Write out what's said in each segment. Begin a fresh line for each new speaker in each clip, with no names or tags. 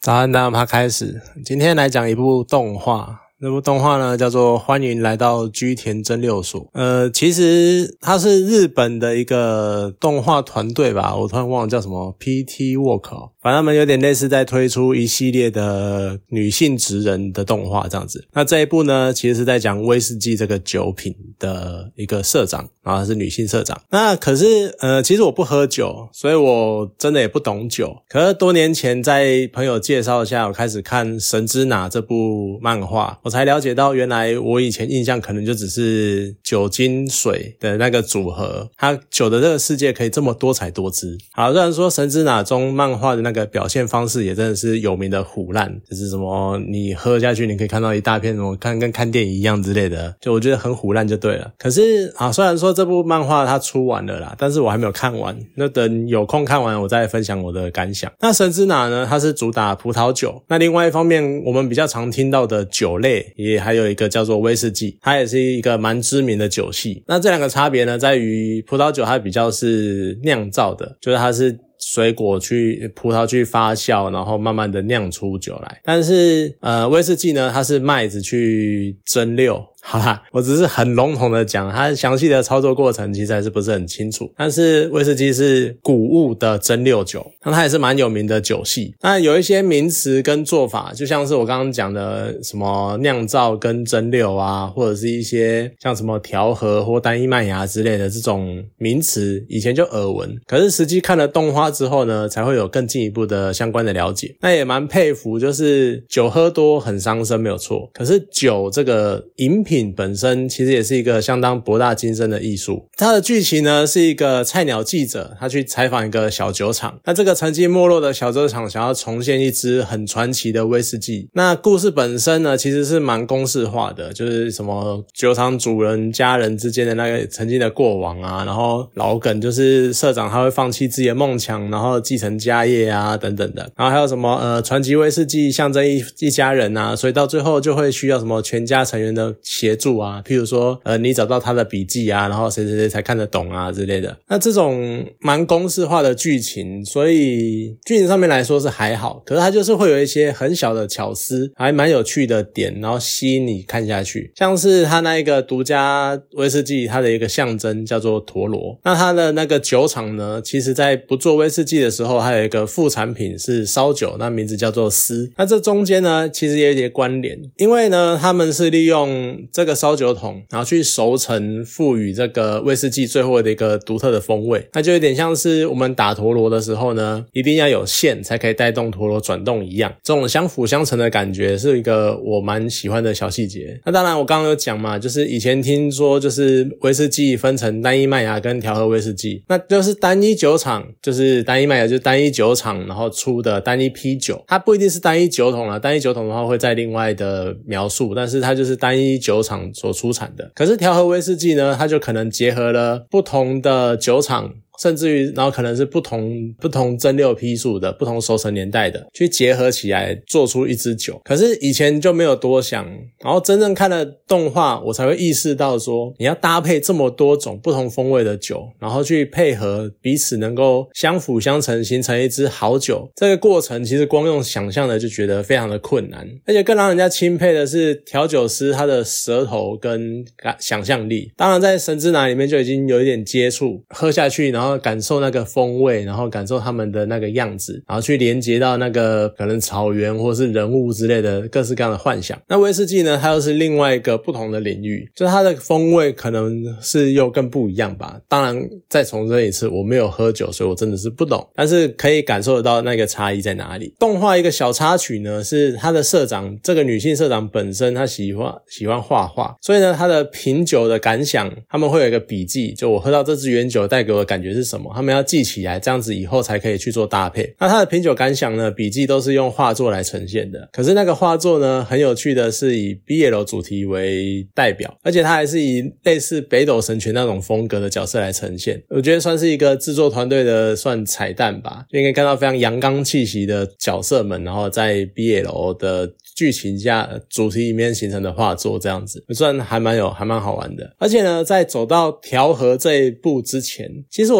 早安，大家开始。今天来讲一部动画，这部动画呢叫做《欢迎来到居田真六所》。其实它是日本的一个动画团队吧，我突然忘了叫什么 PT Work，反正他们有点类似在推出一系列的女性职人的动画这样子。那这一部呢，其实是在讲威士忌这个酒品的一个社长，然后她是女性社长。那可是其实我不喝酒，所以我真的也不懂酒。可是多年前在朋友介绍下，我开始看《神之哪》这部漫画，我才了解到原来我以前印象可能就只是酒精水的那个组合，它酒的这个世界可以这么多彩多姿。好，虽然说《神之哪》中漫画的那个表现方式也真的是有名的唬烂，就是什么你喝下去你可以看到一大片什么跟看电影一样之类的，就我觉得很唬烂就对了。可是虽然说这部漫画它出完了啦，但是我还没有看完，那等有空看完我再分享我的感想。那《神之哪》呢，它是主打葡萄酒，那另外一方面我们比较常听到的酒类也还有一个叫做威士忌，它也是一个蛮知名的酒系。那这两个差别呢，在于葡萄酒它比较是酿造的，就是它是水果去葡萄去发酵，然后慢慢的酿出酒来。但是威士忌呢，它是麦子去蒸馏。好啦，我只是很笼统的讲，它详细的操作过程其实还是不是很清楚。但是威士忌是谷物的蒸馏酒，那它也是蛮有名的酒系。那有一些名词跟做法，就像是我刚刚讲的什么酿造跟蒸馏啊，或者是一些像什么调和或单一麦芽之类的这种名词，以前就耳闻。可是实际看了动画之后呢，才会有更进一步的相关的了解。那也蛮佩服，就是酒喝多很伤身没有错，可是酒这个饮品本身其实也是一个相当博大精深的艺术。它的剧情呢，是一个菜鸟记者，他去采访一个小酒厂，那这个曾经没落的小酒厂想要重现一支很传奇的威士忌。那故事本身呢，其实是蛮公式化的，就是什么酒厂主人家人之间的那个曾经的过往啊，然后老梗就是社长他会放弃自己的梦想，然后继承家业啊等等的，然后还有什么传奇威士忌象征一家人啊，所以到最后就会需要什么全家成员的协助啊，譬如说你找到他的笔记啊，然后谁谁谁才看得懂啊之类的。那这种蛮公式化的剧情，所以剧情上面来说是还好，可是它就是会有一些很小的巧思，还蛮有趣的点，然后吸引你看下去。像是它那一个独家威士忌，它的一个象征叫做陀螺。那它的那个酒厂呢，其实在不做威士忌的时候，还有一个副产品是烧酒，那名字叫做丝。那这中间呢，其实也有一些关联，因为呢，他们是利用这个烧酒桶，然后去熟成，赋予这个威士忌最后的一个独特的风味。那就有点像是我们打陀螺的时候呢，一定要有线才可以带动陀螺转动一样，这种相辅相成的感觉是一个我蛮喜欢的小细节。那当然我刚刚有讲嘛，就是以前听说就是威士忌分成单一麦芽跟调和威士忌，那就是单一酒厂，就是单一麦芽就是单一酒厂然后出的单一批酒，它不一定是单一酒桶啦，单一酒桶的话会在另外的描述，但是它就是单一酒厂所出产的。可是调和威士忌呢，它就可能结合了不同的酒厂，甚至于然后可能是不同蒸馏批数的，不同熟成年代的，去结合起来做出一支酒。可是以前就没有多想，然后真正看了动画我才会意识到说，你要搭配这么多种不同风味的酒，然后去配合彼此能够相辅相成形成一支好酒，这个过程其实光用想象的就觉得非常的困难。而且更让人家钦佩的是调酒师他的舌头跟想象力。当然在神之哪里面就已经有一点接触，喝下去然后感受那个风味，然后感受他们的那个样子，然后去连接到那个可能草原或是人物之类的各式各样的幻想。那威士忌呢，它又是另外一个不同的领域，就它的风味可能是又更不一样吧。当然再重申一次，我没有喝酒，所以我真的是不懂，但是可以感受得到那个差异在哪里。动画一个小插曲呢，是他的社长，这个女性社长本身她喜欢画画，所以呢她的品酒的感想他们会有一个笔记，就我喝到这支原酒带给我的感觉是什么，他们要记起来，这样子以后才可以去做搭配。那他的品酒感想呢，笔记都是用画作来呈现的，可是那个画作呢，很有趣的是以 BL 主题为代表，而且它还是以类似北斗神拳那种风格的角色来呈现。我觉得算是一个制作团队的算彩蛋吧，就应该看到非常阳刚气息的角色们，然后在 BL 的剧情下主题里面形成的画作，这样子算还蛮好玩的。而且呢，在走到调和这一步之前，其实我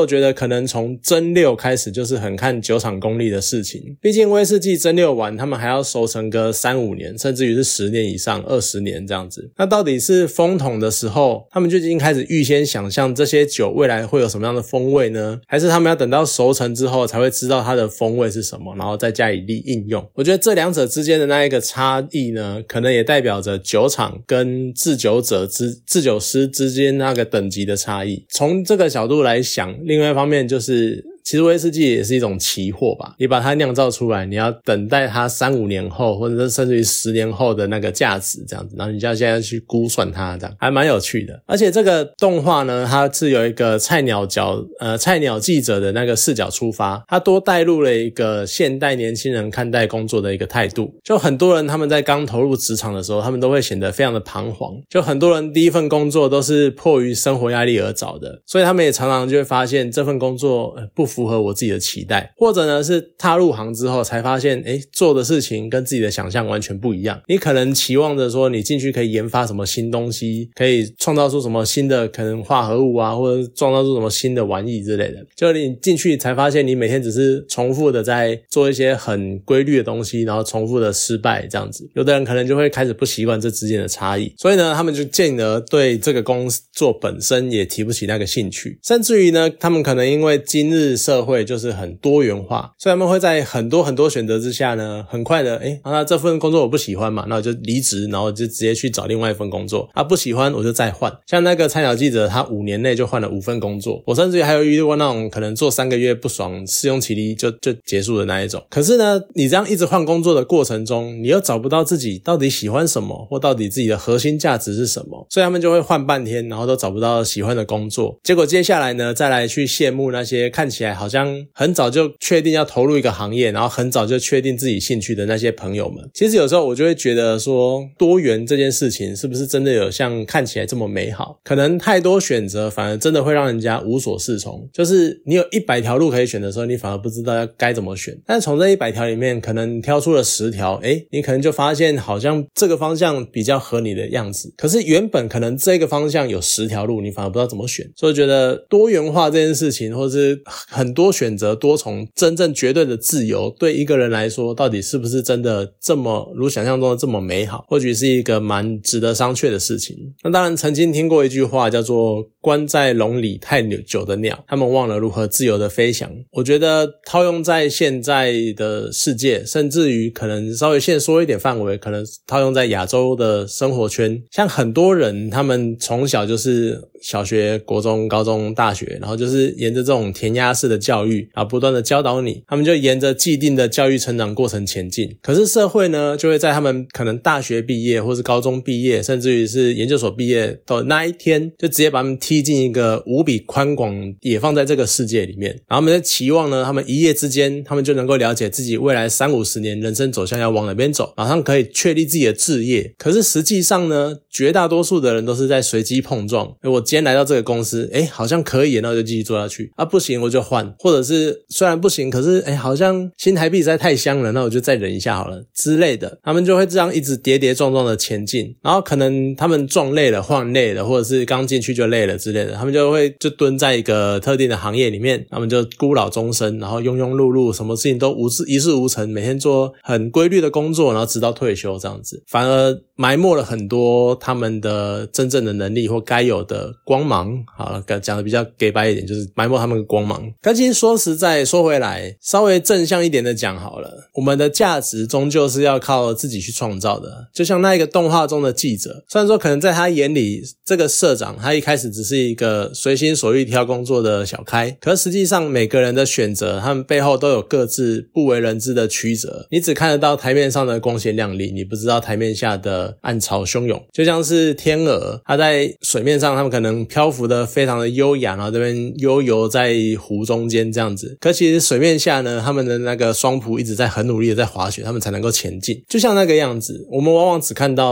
我觉得可能从蒸馏开始就是很看酒厂功力的事情，毕竟威士忌蒸馏完他们还要熟成个3-5年，甚至于是10年以上20年这样子。那到底是封桶的时候他们就已经开始预先想象这些酒未来会有什么样的风味呢？还是他们要等到熟成之后才会知道它的风味是什么，然后再加以应用？我觉得这两者之间的那一个差异呢，可能也代表着酒厂跟制酒师之间那个等级的差异。从这个角度来想，另外一方面就是其实威士忌也是一种期货吧，你把它酿造出来，你要等待它3-5年后或者是甚至于10年后的那个价值这样子，然后你就要现在去估算它，这样还蛮有趣的。而且这个动画呢，它是有一个菜鸟记者的那个视角出发，它多带入了一个现代年轻人看待工作的一个态度。就很多人他们在刚投入职场的时候，他们都会显得非常的彷徨，就很多人第一份工作都是迫于生活压力而找的，所以他们也常常就会发现这份工作不符合我自己的期待，或者呢是踏入行之后才发现做的事情跟自己的想象完全不一样。你可能期望着说你进去可以研发什么新东西，可以创造出什么新的可能化合物啊，或者创造出什么新的玩意之类的，就你进去才发现你每天只是重复的在做一些很规律的东西，然后重复的失败这样子。有的人可能就会开始不习惯这之间的差异，所以呢他们就进而对这个工作本身也提不起那个兴趣，甚至于呢他们可能因为今日社会就是很多元化，所以他们会在很多选择之下呢，很快的那这份工作我不喜欢嘛，那我就离职，然后就直接去找另外一份工作，不喜欢我就再换。像那个菜鸟记者他5年内就换了5份工作，我甚至于还有遇到过那种可能做3个月不爽，试用期就结束的那一种。可是呢你这样一直换工作的过程中，你又找不到自己到底喜欢什么，或到底自己的核心价值是什么，所以他们就会换半天，然后都找不到喜欢的工作。结果接下来呢再来去羡慕那些看起来好像很早就确定要投入一个行业，然后很早就确定自己兴趣的那些朋友们。其实有时候我就会觉得说，多元这件事情是不是真的有像看起来这么美好？可能太多选择反而真的会让人家无所适从，就是你有100条路可以选的时候，你反而不知道要该怎么选。但是从这100条里面可能挑出了10条，你可能就发现好像这个方向比较合你的样子，可是原本可能这个方向有10条路，你反而不知道怎么选。所以我觉得多元化这件事情，或是很多选择多重，真正绝对的自由，对一个人来说到底是不是真的这么如想象中的这么美好，或许是一个蛮值得商榷的事情。那当然曾经听过一句话叫做关在笼里太久的鸟，他们忘了如何自由的飞翔。我觉得套用在现在的世界，甚至于可能稍微限缩一点范围，可能套用在亚洲的生活圈，像很多人他们从小就是小学、国中、高中、大学，然后就是沿着这种填鸭式的教育，然后不断的教导你，他们就沿着既定的教育成长过程前进。可是社会呢，就会在他们可能大学毕业或是高中毕业，甚至于是研究所毕业的那一天，就直接把他们踢进一个无比宽广也放在这个世界里面，然后他们在期望呢，他们一夜之间他们就能够了解自己未来30-50年人生走向要往哪边走，马上可以确立自己的志业。可是实际上呢，绝大多数的人都是在随机碰撞，我今天来到这个公司好像可以，那我就继续做下去，不行我就换，或者是虽然不行，可是好像新台币实在太香了，那我就再忍一下好了之类的。他们就会这样一直跌跌撞撞的前进，然后可能他们撞累了换累了，或者是刚进去就累了之类的，他们就会蹲在一个特定的行业里面，他们就孤老终生，然后庸庸碌碌，什么事情都一事无成，每天做很规律的工作，然后直到退休这样子，反而埋没了很多他们的真正的能力或该有的光芒。好了，讲的比较给白一点，就是埋没他们的光芒。但其实说实在说回来，稍微正向一点的讲好了，我们的价值终究是要靠自己去创造的。就像那一个动画中的记者，虽然说可能在他眼里这个社长他一开始只是一个随心所欲挑工作的小开，可是实际上每个人的选择他们背后都有各自不为人知的曲折，你只看得到台面上的光鲜亮丽，你不知道台面下的暗潮汹涌。就像是天鹅，它在水面上他们可能漂浮的非常的优雅，然后这边悠游在湖中间这样子，可其实水面下呢，他们的那个双蹼一直在很努力的在滑雪，他们才能够前进。就像那个样子，我们往往只看到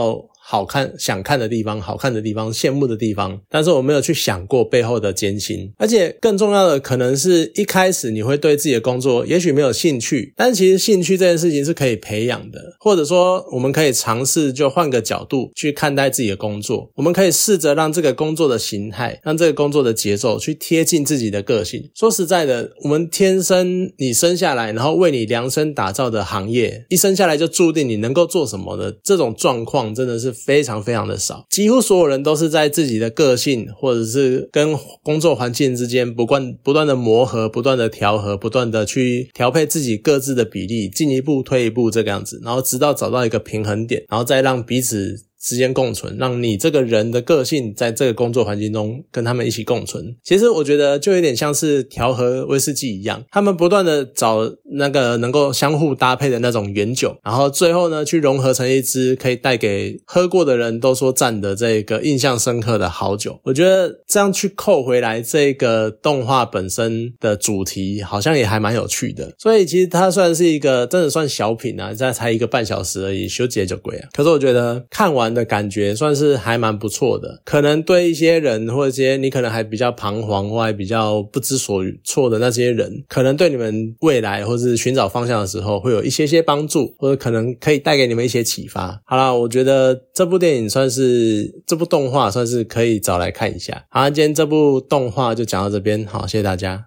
好看想看的地方，好看的地方，羡慕的地方，但是我没有去想过背后的艰辛。而且更重要的可能是一开始你会对自己的工作也许没有兴趣，但是其实兴趣这件事情是可以培养的，或者说我们可以尝试就换个角度去看待自己的工作，我们可以试着让这个工作的形态，让这个工作的节奏去贴近自己的个性。说实在的，我们天生你生下来然后为你量身打造的行业，一生下来就注定你能够做什么的这种状况真的是非常非常的少。几乎所有人都是在自己的个性或者是跟工作环境之间不断的磨合，不断的调和，不断的去调配自己各自的比例，进一步退一步这个样子，然后直到找到一个平衡点，然后再让彼此之间共存，让你这个人的个性在这个工作环境中跟他们一起共存。其实我觉得就有点像是调和威士忌一样，他们不断的找那个能够相互搭配的那种原酒，然后最后呢去融合成一支可以带给喝过的人都说赞的这个印象深刻的好酒。我觉得这样去扣回来这个动画本身的主题好像也还蛮有趣的，所以其实它算是一个真的算小品啊，这才1个半小时而已，休结就贵啊。可是我觉得看完的感觉算是还蛮不错的，可能对一些人或者一些你可能还比较彷徨或还比较不知所措的那些人，可能对你们未来或是寻找方向的时候会有一些帮助，或者可能可以带给你们一些启发。好啦，我觉得这部电影这部动画算是可以找来看一下。好，今天这部动画就讲到这边，好，谢谢大家。